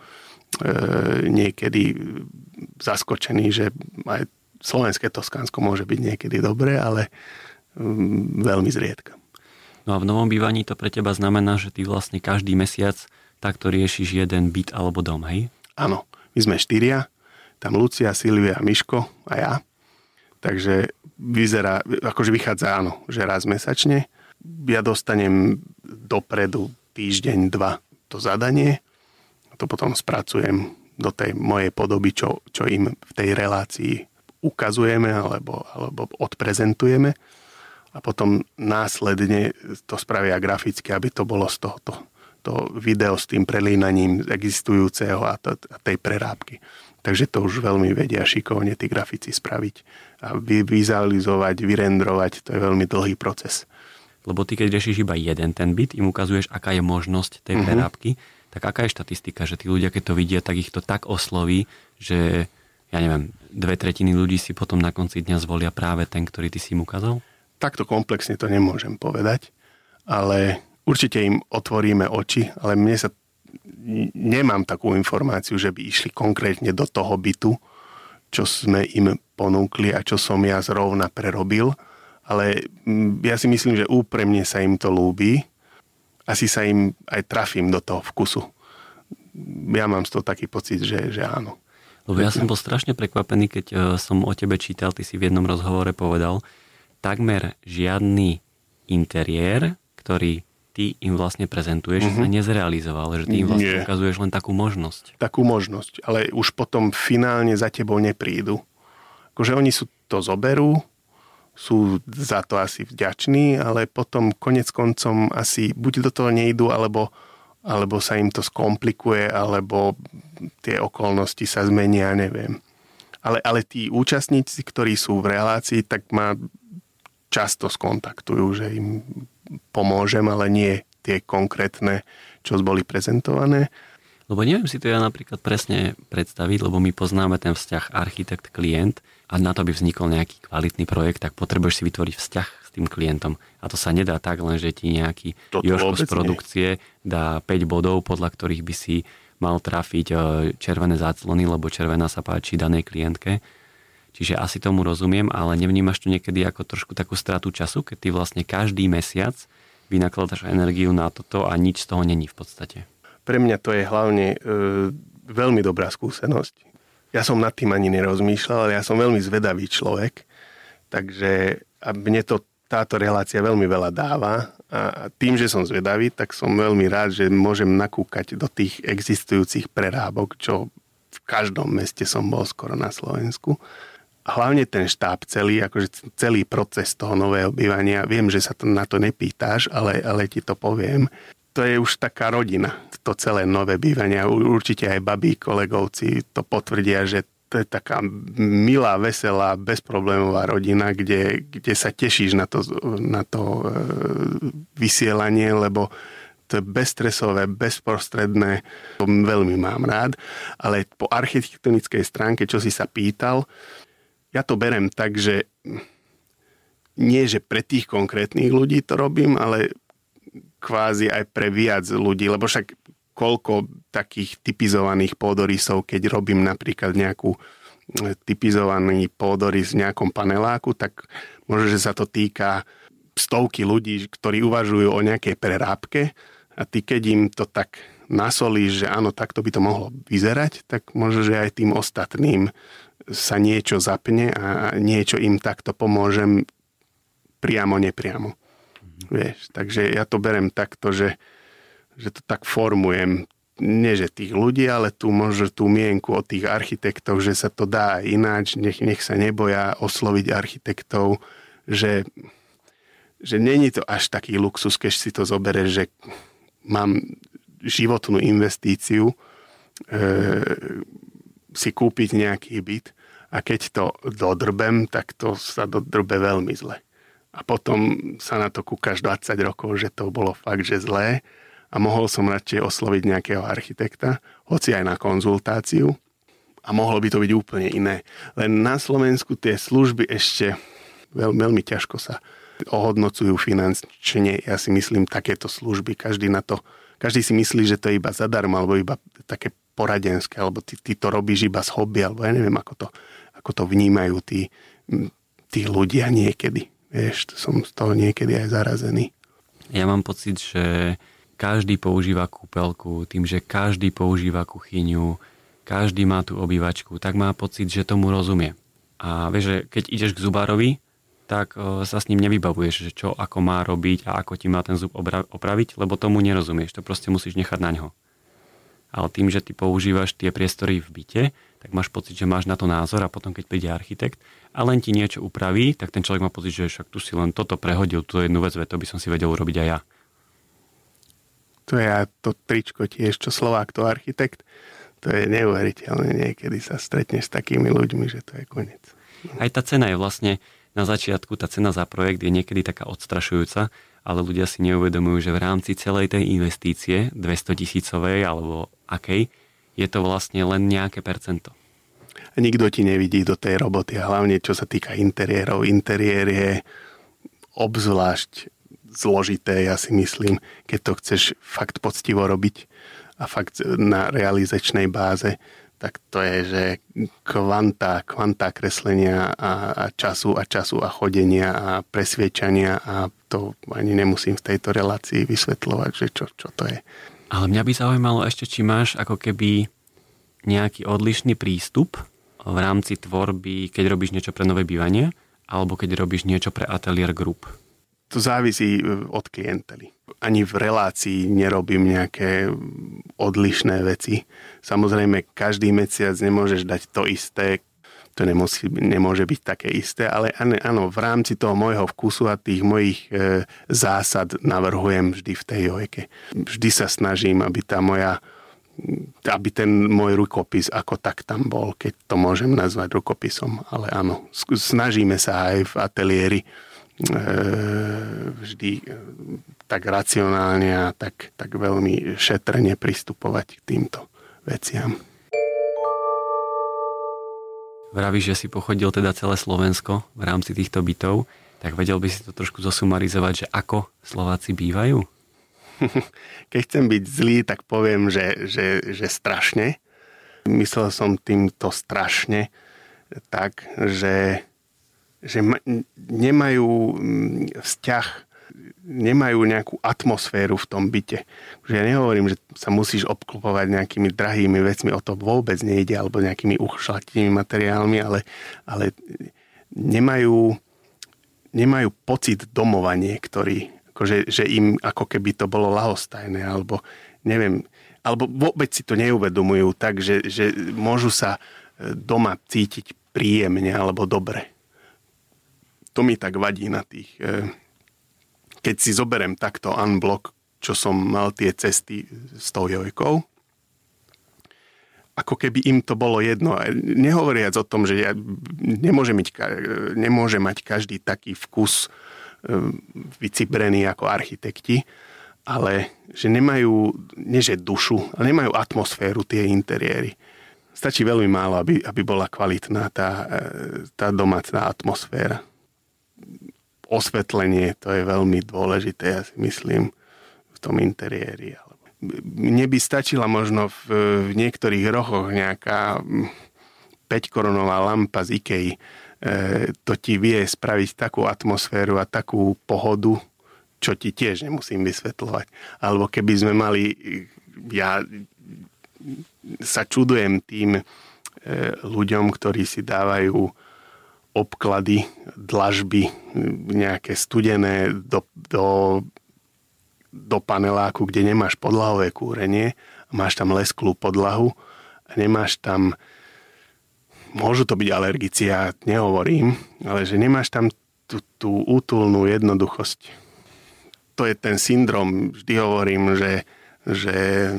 niekedy zaskočený, že aj slovenské Toskánsko môže byť niekedy dobré, ale mm, veľmi zriedka. No a v novom bývaní to pre teba znamená, že ty vlastne každý mesiac takto riešiš jeden byt alebo dom, hej? Áno, my sme štyria, tam Lucia, Silvia, Miško a ja. Takže vyzerá, akože vychádza áno, že raz mesačne. Ja dostanem dopredu týždeň, dva to zadanie a to potom spracujem do tej mojej podoby, čo, čo im v tej relácii ukazujeme alebo, alebo odprezentujeme. a potom následne to spravia graficky, aby to bolo z tohoto to video s tým prelínaním existujúceho a, to, a tej prerábky. Takže to už veľmi vedia šikovne tí grafici spraviť a vizualizovať, vyrendrovať, to je veľmi dlhý proces. Lebo ty, keď riešiš iba jeden ten bit, im ukazuješ, aká je možnosť tej prerábky, mm-hmm. tak aká je štatistika, že tí ľudia, keď to vidia, tak ich to tak osloví, že ja neviem, dve tretiny ľudí si potom na konci dňa zvolia práve ten, ktorý ty si im ukázal? Takto komplexne to nemôžem povedať, ale určite im otvoríme oči, ale mne sa nemám takú informáciu, že by išli konkrétne do toho bytu, čo sme im ponúkli a čo som ja zrovna prerobil, ale ja si myslím, že úprimne sa im to ľúbi. Asi sa im aj trafím do toho vkusu. Ja mám z toho taký pocit, že, že áno. Lebo ja som bol strašne prekvapený, keď som o tebe čítal, ty si v jednom rozhovore povedal, takmer žiadny interiér, ktorý ty im vlastne prezentuješ, mm-hmm. sa nezrealizoval, že ty im vlastne Nie. ukazuješ len takú možnosť. Takú možnosť, ale už potom finálne za tebou neprídu. Akože oni sú to zoberú, sú za to asi vďační, ale potom konec koncom asi buď do toho nejdú, alebo, alebo sa im to skomplikuje, alebo tie okolnosti sa zmenia, neviem. Ale, ale tí účastníci, ktorí sú v relácii, tak ma často skontaktujú, že im pomôžem, ale nie tie konkrétne, čo boli prezentované. Lebo neviem si to ja napríklad presne predstaviť, lebo my poznáme ten vzťah architekt-klient a na to by vznikol nejaký kvalitný projekt, tak potrebuješ si vytvoriť vzťah s tým klientom. A to sa nedá tak, len že ti nejaký Toto Jožko z produkcie nie. dá päť bodov, podľa ktorých by si mal trafiť červené záclony, lebo červená sa páči danej klientke. Čiže asi tomu rozumiem, ale nevnímaš tu niekedy ako trošku takú stratu času, keď ty vlastne každý mesiac vynakladáš energiu na toto a nič z toho není v podstate? Pre mňa to je hlavne e, veľmi dobrá skúsenosť. Ja som nad tým ani nerozmýšľal, ale ja som veľmi zvedavý človek, takže a mne to táto relácia veľmi veľa dáva a tým, že som zvedavý, tak som veľmi rád, že môžem nakúkať do tých existujúcich prerábok, čo v každom meste som bol skoro na Slovensku. A hlavne ten štáb celý, akože celý proces toho nového bývania, viem, že sa to, na to nepýtaš, ale, ale ti to poviem. To je už taká rodina, to celé nové bývanie. Určite aj babí, kolegovci to potvrdia, že to je taká milá, veselá, bezproblémová rodina, kde, kde sa tešíš na to, na to e, vysielanie, lebo to je bezstresové, bezprostredné, to veľmi mám rád. Ale po architektonickej stránke, čo si sa pýtal, ja to berem tak, že nie, že pre tých konkrétnych ľudí to robím, ale kvázi aj pre viac ľudí, lebo však koľko takých typizovaných pôdorysov, keď robím napríklad nejakú typizovaný pôdorys v nejakom paneláku, tak možno, že sa to týka stovky ľudí, ktorí uvažujú o nejakej prerábke a ty, keď im to tak nasolíš, že áno, takto by to mohlo vyzerať, tak možno, že aj tým ostatným sa niečo zapne a niečo im takto pomôžem priamo, nepriamo. Mm-hmm. Vieš, takže ja to berem takto, že, že to tak formujem. Nie, že tých ľudí, ale tu možno tú mienku od tých architektov, že sa to dá ináč, nech, nech sa neboja osloviť architektov, že, že není to až taký luxus, keď si to zoberieš, že mám životnú investíciu, e, si kúpiť nejaký byt a keď to dodrbem, tak to sa dodrbe veľmi zle. A potom sa na to kúkaš dvadsať rokov, že to bolo fakt, že zlé a mohol som radšej osloviť nejakého architekta, hoci aj na konzultáciu a mohlo by to byť úplne iné. Len na Slovensku tie služby ešte veľmi, veľmi ťažko sa ohodnocujú finančne. Ja si myslím takéto služby, každý na to, každý si myslí, že to je iba zadarmo alebo iba také poradenské, alebo ty, ty to robíš iba z hobby, alebo ja neviem, ako to, ako to vnímajú tí, tí ľudia niekedy. Vieš, to som z toho niekedy aj zarazený. Ja mám pocit, že každý používa kúpeľku, tým, že každý používa kuchyňu, každý má tú obývačku, tak má pocit, že tomu rozumie. A vieš, že keď ideš k zubárovi, tak sa s ním nevybavuješ, že čo ako má robiť a ako ti má ten zub opraviť, lebo tomu nerozumieš. To proste musíš nechať na ňo. Ale tým, že ty používaš tie priestory v byte, tak máš pocit, že máš na to názor a potom, keď príde architekt a len ti niečo upraví, tak ten človek má pocit, že však tu si len toto prehodil, tú jednu vec, to by som si vedel urobiť aj ja. To je to tričko tiež, čo Slovák, to architekt. To je neuveriteľné. Niekedy sa stretneš s takými ľuďmi, že to je koniec. Aj tá cena je vlastne na začiatku, tá cena za projekt je niekedy taká odstrašujúca, ale ľudia si neuvedomujú, že v rámci celej tej investície, dvestotisícovej alebo akej, je to vlastne len nejaké percento. A nikto ti nevidí do tej roboty a hlavne čo sa týka interiérov. Interiér je obzvlášť zložité, ja si myslím, keď to chceš fakt poctivo robiť a fakt na realizačnej báze, tak to je, že kvanta, kvanta kreslenia a, a času a času a chodenia a presviečania a to ani nemusím v tejto relácii vysvetľovať, že čo, čo to je. Ale mňa by zaujímalo ešte, či máš ako keby nejaký odlišný prístup v rámci tvorby, keď robíš niečo pre nové bývanie, alebo keď robíš niečo pre Atelier Group. To závisí od klientely. Ani v relácii nerobím nejaké odlišné veci. Samozrejme, každý mesiac nemôžeš dať to isté, to nemusí, nemôže byť také isté, ale áno, v rámci toho môjho vkusu a tých mojich e, zásad navrhujem vždy v tej jojke. Vždy sa snažím, aby tá moja, aby ten môj rukopis ako tak tam bol, keď to môžem nazvať rukopisom. Ale áno, snažíme sa aj v ateliéri e, vždy e, tak racionálne a tak, tak veľmi šetrne pristupovať k týmto veciam. Vravíš, že si pochodil teda celé Slovensko v rámci týchto bytov, tak vedel by si to trošku zosumarizovať, že ako Slováci bývajú? Keď chcem byť zlý, tak poviem, že, že, že strašne. Myslel som týmto strašne tak, že, že ma, nemajú vzťah, nemajú nejakú atmosféru v tom byte. Že ja nehovorím, že sa musíš obklopovať nejakými drahými vecmi, o to vôbec nejde, alebo nejakými uchšlatenými materiálmi, ale, ale nemajú, nemajú pocit domova niektorí, akože, že im ako keby to bolo ľahostajné, alebo neviem, alebo vôbec si to neuvedomujú tak, že, že môžu sa doma cítiť príjemne alebo dobre. To mi tak vadí na tých... Keď si zoberiem takto unblock, čo som mal tie cesty s tou jojkou, ako keby im to bolo jedno. Nehovoriac o tom, že ja nemôže, mať, nemôže mať každý taký vkus vycibrený ako architekti, ale že nemajú, nie že dušu, ale nemajú atmosféru tie interiéry. Stačí veľmi málo, aby, aby bola kvalitná tá, tá domáca atmosféra. Osvetlenie, to je veľmi dôležité, ja si myslím, v tom interiéri. Mne by stačila možno v, v niektorých rohoch nejaká päťkorunová lampa z Ikei. E, to ti vie spraviť takú atmosféru a takú pohodu, čo ti tiež nemusím vysvetľovať. Alebo keby sme mali, ja sa čudujem tým e, ľuďom, ktorí si dávajú obklady, dlažby, nejaké studené do, do, do paneláku, kde nemáš podlahové kúrenie a máš tam lesklú podlahu a nemáš tam, môžu to byť alergici, ja nehovorím, ale že nemáš tam tú, tú útulnú jednoduchosť. To je ten syndrom, vždy hovorím, že, že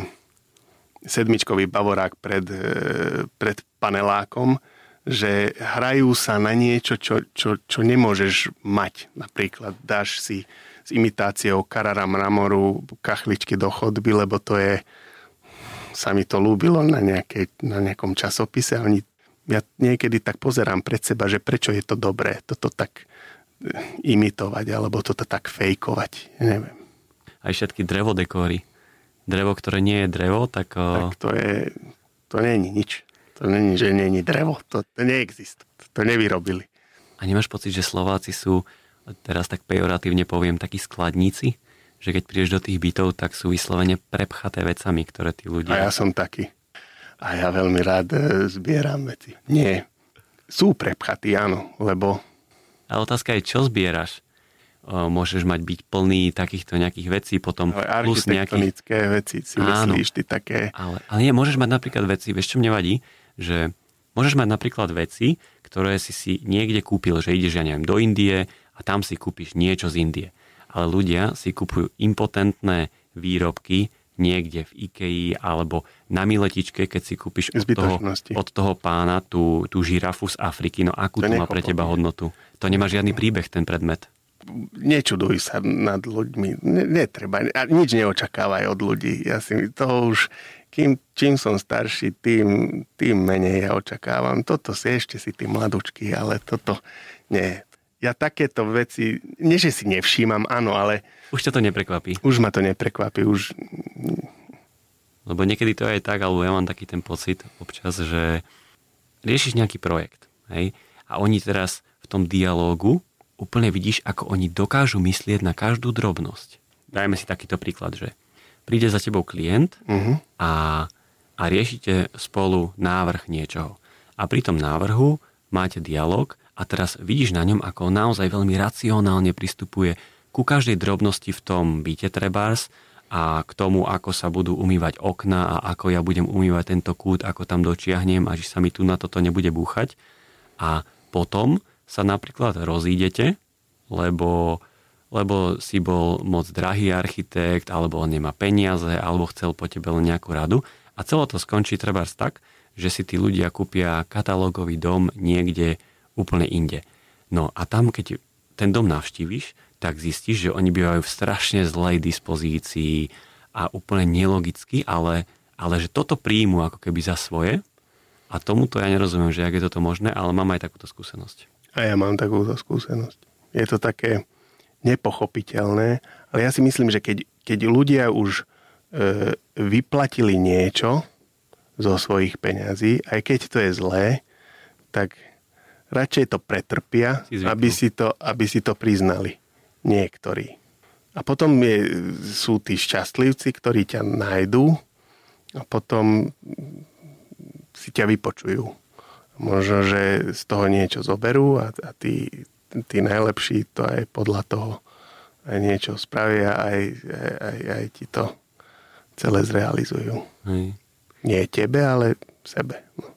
sedmičkový bavorák pred, pred panelákom, že hrajú sa na niečo, čo, čo, čo nemôžeš mať. Napríklad dáš si s imitáciou Carrara mramoru kachličky do chodby, lebo to je, sa mi to ľúbilo na, nejakej, na nejakom časopise. Oni, ja niekedy tak pozerám pred seba, že prečo je to dobré, toto tak imitovať, alebo toto tak fejkovať. Ja neviem. Aj všetky drevodekory. Drevo, ktoré nie je drevo, tak... Tak to je, to nie je nič. To není, že není drevo. To, to neexistuje. To nevyrobili. A nemáš pocit, že Slováci sú, teraz tak pejoratívne poviem, takí skladníci? Že keď prídeš do tých bytov, tak sú vyslovene prepchaté vecami, ktoré tí ľudia... A ja som taký. A ja veľmi rád zbieram veci. Nie. Sú prepchatí, áno, lebo... Ale otázka je, čo zbieraš? O, môžeš mať byť plný takýchto nejakých vecí, potom ale plus nejakých... architektonické veci si myslíš, ty také... Ale, ale nie, môžeš mať napríklad veci, vieš čo mne vadí? Že Môžeš mať napríklad veci, ktoré si si niekde kúpil, že ideš, ja neviem, do Indie a tam si kúpiš niečo z Indie. Ale ľudia si kupujú impotentné výrobky niekde v Ikei alebo na Miletičke, keď si kúpiš od toho, od toho pána tú, tú žirafu z Afriky. No akú to, to má pre teba hodnotu? To nemá žiadny príbeh, ten predmet. Nečuduj sa nad ľuďmi. Netreba. A nič neočakávaj od ľudí. Ja si to už... Kým, čím som starší, tým, tým menej ja očakávam. Toto si ešte si tí mladučky, ale toto nie. Ja takéto veci, nie že si nevšímam, áno, ale... Už ťa to neprekvapí. Už ma to neprekvapí, už... Lebo niekedy to je tak, alebo ja mám taký ten pocit občas, že riešiš nejaký projekt, hej? A oni teraz v tom dialógu úplne vidíš, ako oni dokážu myslieť na každú drobnosť. Dajme si takýto príklad, že príde za tebou klient uh-huh. a, a riešite spolu návrh niečoho. A pri tom návrhu máte dialog a teraz vidíš na ňom, ako on naozaj veľmi racionálne pristupuje ku každej drobnosti v tom byte trebárs a k tomu, ako sa budú umývať okna a ako ja budem umývať tento kút, ako tam dočiahnem a že sa mi tu na toto nebude búchať. A potom sa napríklad rozídete, lebo... lebo si bol moc drahý architekt, alebo on nemá peniaze, alebo chcel po tebe len nejakú radu. A celé to skončí trebárs tak, že si tí ľudia kúpia katalógový dom niekde úplne inde. No a tam, keď ten dom navštíviš, tak zistíš, že oni bývajú v strašne zlej dispozícii a úplne nelogicky, ale, ale že toto príjmu ako keby za svoje. A tomuto ja nerozumiem, že jak je toto možné, ale mám aj takúto skúsenosť. A ja mám takúto skúsenosť. Je to také nepochopiteľné, ale ja si myslím, že keď, keď ľudia už e, vyplatili niečo zo svojich peňazí, aj keď to je zlé, tak radšej to pretrpia, aby si to, aby si to priznali niektorí. A potom je, sú tí šťastlivci, ktorí ťa nájdú a potom si ťa vypočujú. Možno, že z toho niečo zoberú a, a tí tí najlepší to aj podľa toho aj niečo spravia, aj, aj, aj, aj ti to celé zrealizujú. Hej. Nie tebe, ale sebe. No.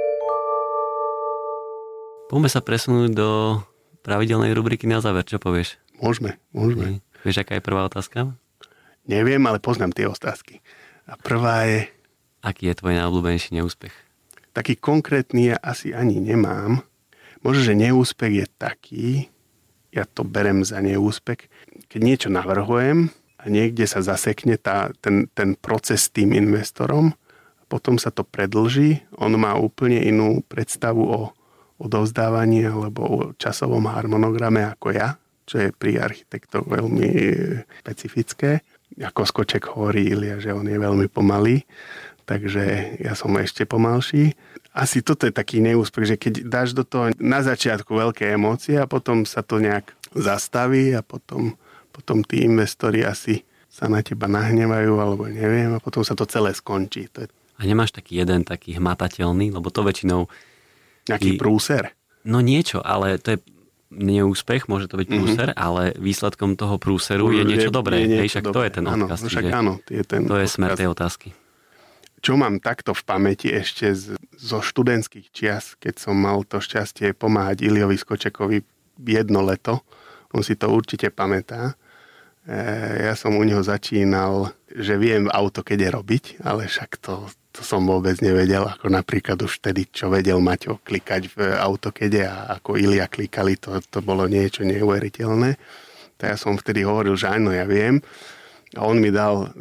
Poďme sa presunúť do pravidelnej rubriky na záver. Čo povieš? Môžeme, môžeme. Hej. Vieš, aká je prvá otázka? Neviem, ale poznám tie otázky. A prvá je... Aký je tvoj najobľúbenejší neúspech? Taký konkrétny ja asi ani nemám. Možno, že neúspech je taký, ja to berem za neúspech, keď niečo navrhujem a niekde sa zasekne tá, ten, ten proces s tým investorom, potom sa to predlží, on má úplne inú predstavu o odovzdávaní alebo o časovom harmonograme ako ja, čo je pri architektoch veľmi špecifické. Ako Skoček hovorí Ilia, že on je veľmi pomalý, takže ja som ešte pomalší. Asi toto je taký neúspech, že keď dáš do toho na začiatku veľké emócie a potom sa to nejak zastaví a potom, potom tí investori asi sa na teba nahnevajú alebo neviem a potom sa to celé skončí. To je... A nemáš taký jeden taký hmatateľný, lebo to väčšinou... Nejaký prúser? No niečo, ale to je neúspech, môže to byť prúser, mm-hmm. ale výsledkom toho prúseru je niečo je, dobré. Je niečo Hej, však dobré. To je ten odkaz. Áno, však áno, je ten to je odkaz. Smer tej otázky. Čo mám takto v pamäti ešte z, zo študentských čias, keď som mal to šťastie pomáhať Iliovi Skočekovi jedno leto, on si to určite pamätá. E, ja som u neho začínal, že viem v AutoCADe robiť, ale však to, to som vôbec nevedel, ako napríklad už vtedy, čo vedel Maťo klikať v AutoCADe a ako Ilia klikali, to, to bolo niečo neuveriteľné. Tak ja som vtedy hovoril, že áno, ja viem. A on mi dal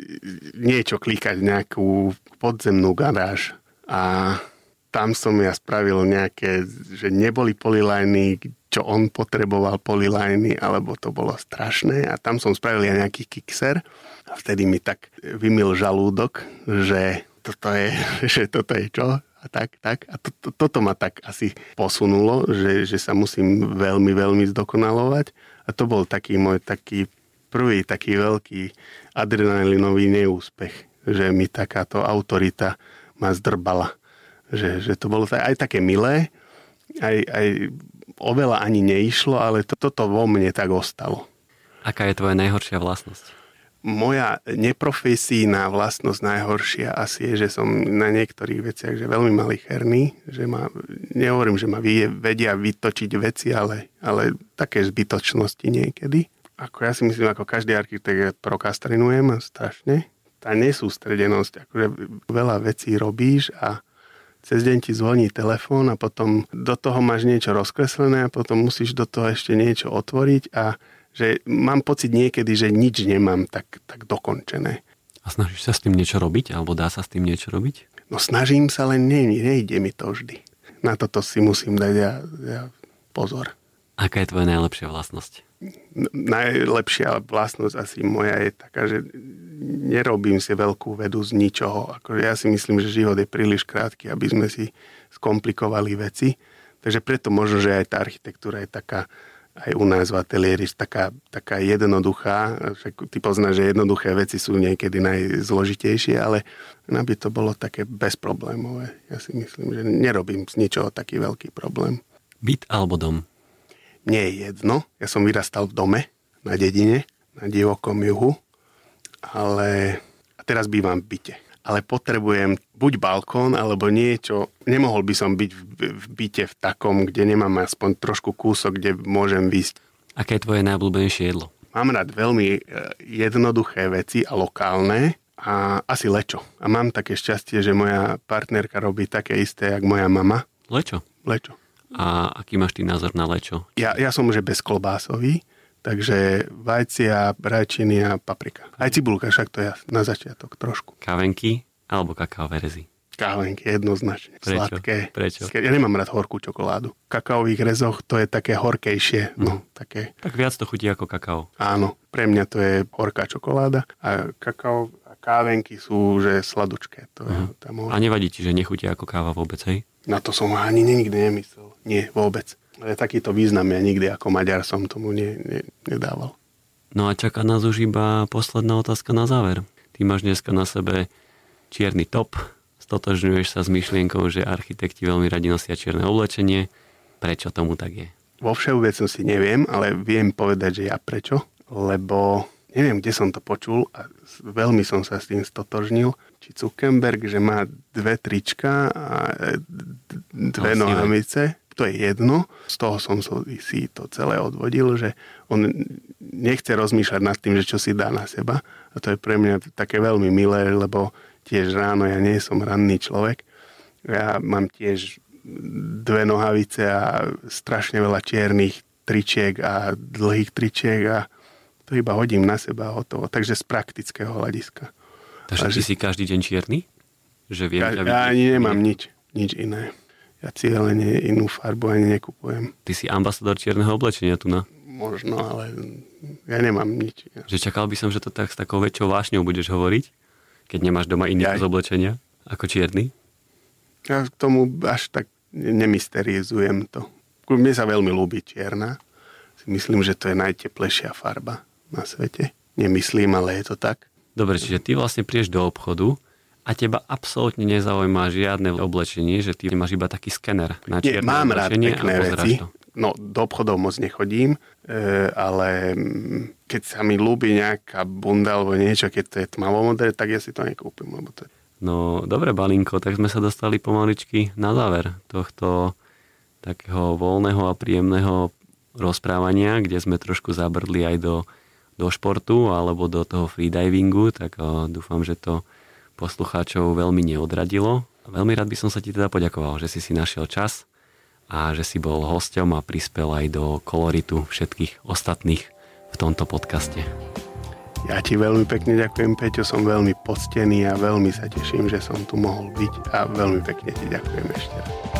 niečo klikať, nejakú podzemnú garáž. A tam som ja spravil nejaké, že neboli polylajny, čo on potreboval polylajny, alebo to bolo strašné. A tam som spravil ja nejaký kikser. A vtedy mi tak vymyl žalúdok, že toto je, že toto je čo? A tak, tak. A to, to, toto ma tak asi posunulo, že, že sa musím veľmi, veľmi zdokonalovať. A to bol taký môj taký prvý taký veľký adrenalinový neúspech, že mi takáto autorita ma zdrbala. Že, že to bolo aj také milé, aj, aj oveľa ani neišlo, ale to, toto vo mne tak ostalo. Aká je tvoja najhoršia vlastnosť? Moja neprofesijná vlastnosť najhoršia asi je, že som na niektorých veciach že veľmi malicherný, že ma, nehovorím, že ma vie, vedia vytočiť veci, ale, ale také zbytočnosti niekedy. Ako ja si myslím, ako každý architekt prokrastinujem strašne. Tá nesústredenosť, akože veľa vecí robíš a cez deň ti zvoní telefón a potom do toho máš niečo rozkreslené a potom musíš do toho ešte niečo otvoriť a že mám pocit niekedy, že nič nemám tak, tak dokončené. A snažíš sa s tým niečo robiť? Alebo dá sa s tým niečo robiť? No snažím sa, len ne, nejde mi to vždy. Na toto si musím dať ja, ja pozor. Aká je tvoja najlepšia vlastnosť? Najlepšia vlastnosť asi moja je taká, že nerobím si veľkú vedu z ničoho. Ako ja si myslím, že život je príliš krátky, aby sme si skomplikovali veci. Takže preto možno, že aj tá architektúra je taká aj u nás v ateliéri taká, taká jednoduchá. Ty poznáš, že jednoduché veci sú niekedy najzložitejšie, ale aby to bolo také bezproblémové. Ja si myslím, že nerobím z ničoho taký veľký problém. Byt alebo dom? Mne je jedno. Ja som vyrastal v dome na dedine, na divokom juhu, ale a teraz bývam v byte. Ale potrebujem buď balkón, alebo niečo. Nemohol by som byť v, v byte v takom, kde nemám aspoň trošku kúsok, kde môžem výjsť. Aké je tvoje najobľúbenejšie jedlo? Mám rád veľmi jednoduché veci a lokálne a asi lečo. A mám také šťastie, že moja partnerka robí také isté, jak moja mama. Lečo? Lečo. A aký máš ty názor na lečo? Ja, ja som že bezklobásový. Takže vajcia, rajčiny a paprika. Aj cibulka, však to je na začiatok trošku. Kávenky alebo kakaové rezy? Kávenky, jednoznačne. Prečo? Sladké. Prečo? Ja nemám rád horkú čokoládu. V kakaových rezoch to je také horkejšie. Mm. No, také. Tak viac to chutí ako kakao. Áno, pre mňa to je horká čokoláda a kakao a kávenky sú že sladučké. To je, mm. tam a nevadí ti, že nechutí ako káva vôbec, hej? Na to som ani nikdy nemyslel. Nie, vôbec. Ale takýto význam ja nikdy ako Maďar som tomu ne, ne, nedával. No a čaká nás už iba posledná otázka na záver. Ty máš dneska na sebe čierny top, stotožňuješ sa s myšlienkou, že architekti veľmi radi nosia čierne oblečenie. Prečo tomu tak je? Vo všeobecnosti neviem, ale viem povedať, že ja prečo. Lebo neviem, kde som to počul a veľmi som sa s tým stotožnil. Či Zuckerberg, že má dve trička a dve no, nohamice. To je jedno. Z toho som si to celé odvodil, že on nechce rozmýšľať nad tým, že čo si dá na seba. A to je pre mňa také veľmi milé, lebo tiež ráno ja nie som ranný človek. Ja mám tiež dve nohavice a strašne veľa čiernych tričiek a dlhých tričiek a to iba hodím na seba a hotovo. Takže z praktického hľadiska. Takže ty si každý deň čierny? Že viem, ja, ja ani nemám nič, nič iné. Ja cieľene inú farbu ani nekupujem. Ty si ambasador čierneho oblečenia tu na? Možno, ale ja nemám nič. Že čakal by som, že to tak s takou väčšou vášňou budeš hovoriť, keď nemáš doma iný kus oblečenia ako čierny? Ja k tomu až tak nemysterizujem to. Mne sa veľmi ľúbi čierna. Myslím, že to je najteplejšia farba na svete. Nemyslím, ale je to tak. Dobre, čiže ty vlastne prídeš do obchodu a teba absolútne nezaujíma žiadne oblečenie, že ty máš iba taký skener na čierne Nie, mám rád pekné veci. To. No, do obchodov moc nechodím, e, ale keď sa mi ľúbi nejaká bunda alebo niečo, keď to je tmavomodré, tak ja si to nekúpim. Lebo to je... No, dobre, Balinko, tak sme sa dostali pomaličky na záver tohto takého voľného a príjemného rozprávania, kde sme trošku zabrdli aj do, do športu alebo do toho freedivingu, tak o, dúfam, že to poslucháčov veľmi neodradilo. Veľmi rád by som sa ti teda poďakoval, že si si našiel čas a že si bol hosťom a prispel aj do koloritu všetkých ostatných v tomto podcaste. Ja ti veľmi pekne ďakujem, Peťo, som veľmi poctený a veľmi sa teším, že som tu mohol byť a veľmi pekne ti ďakujem ešte raz.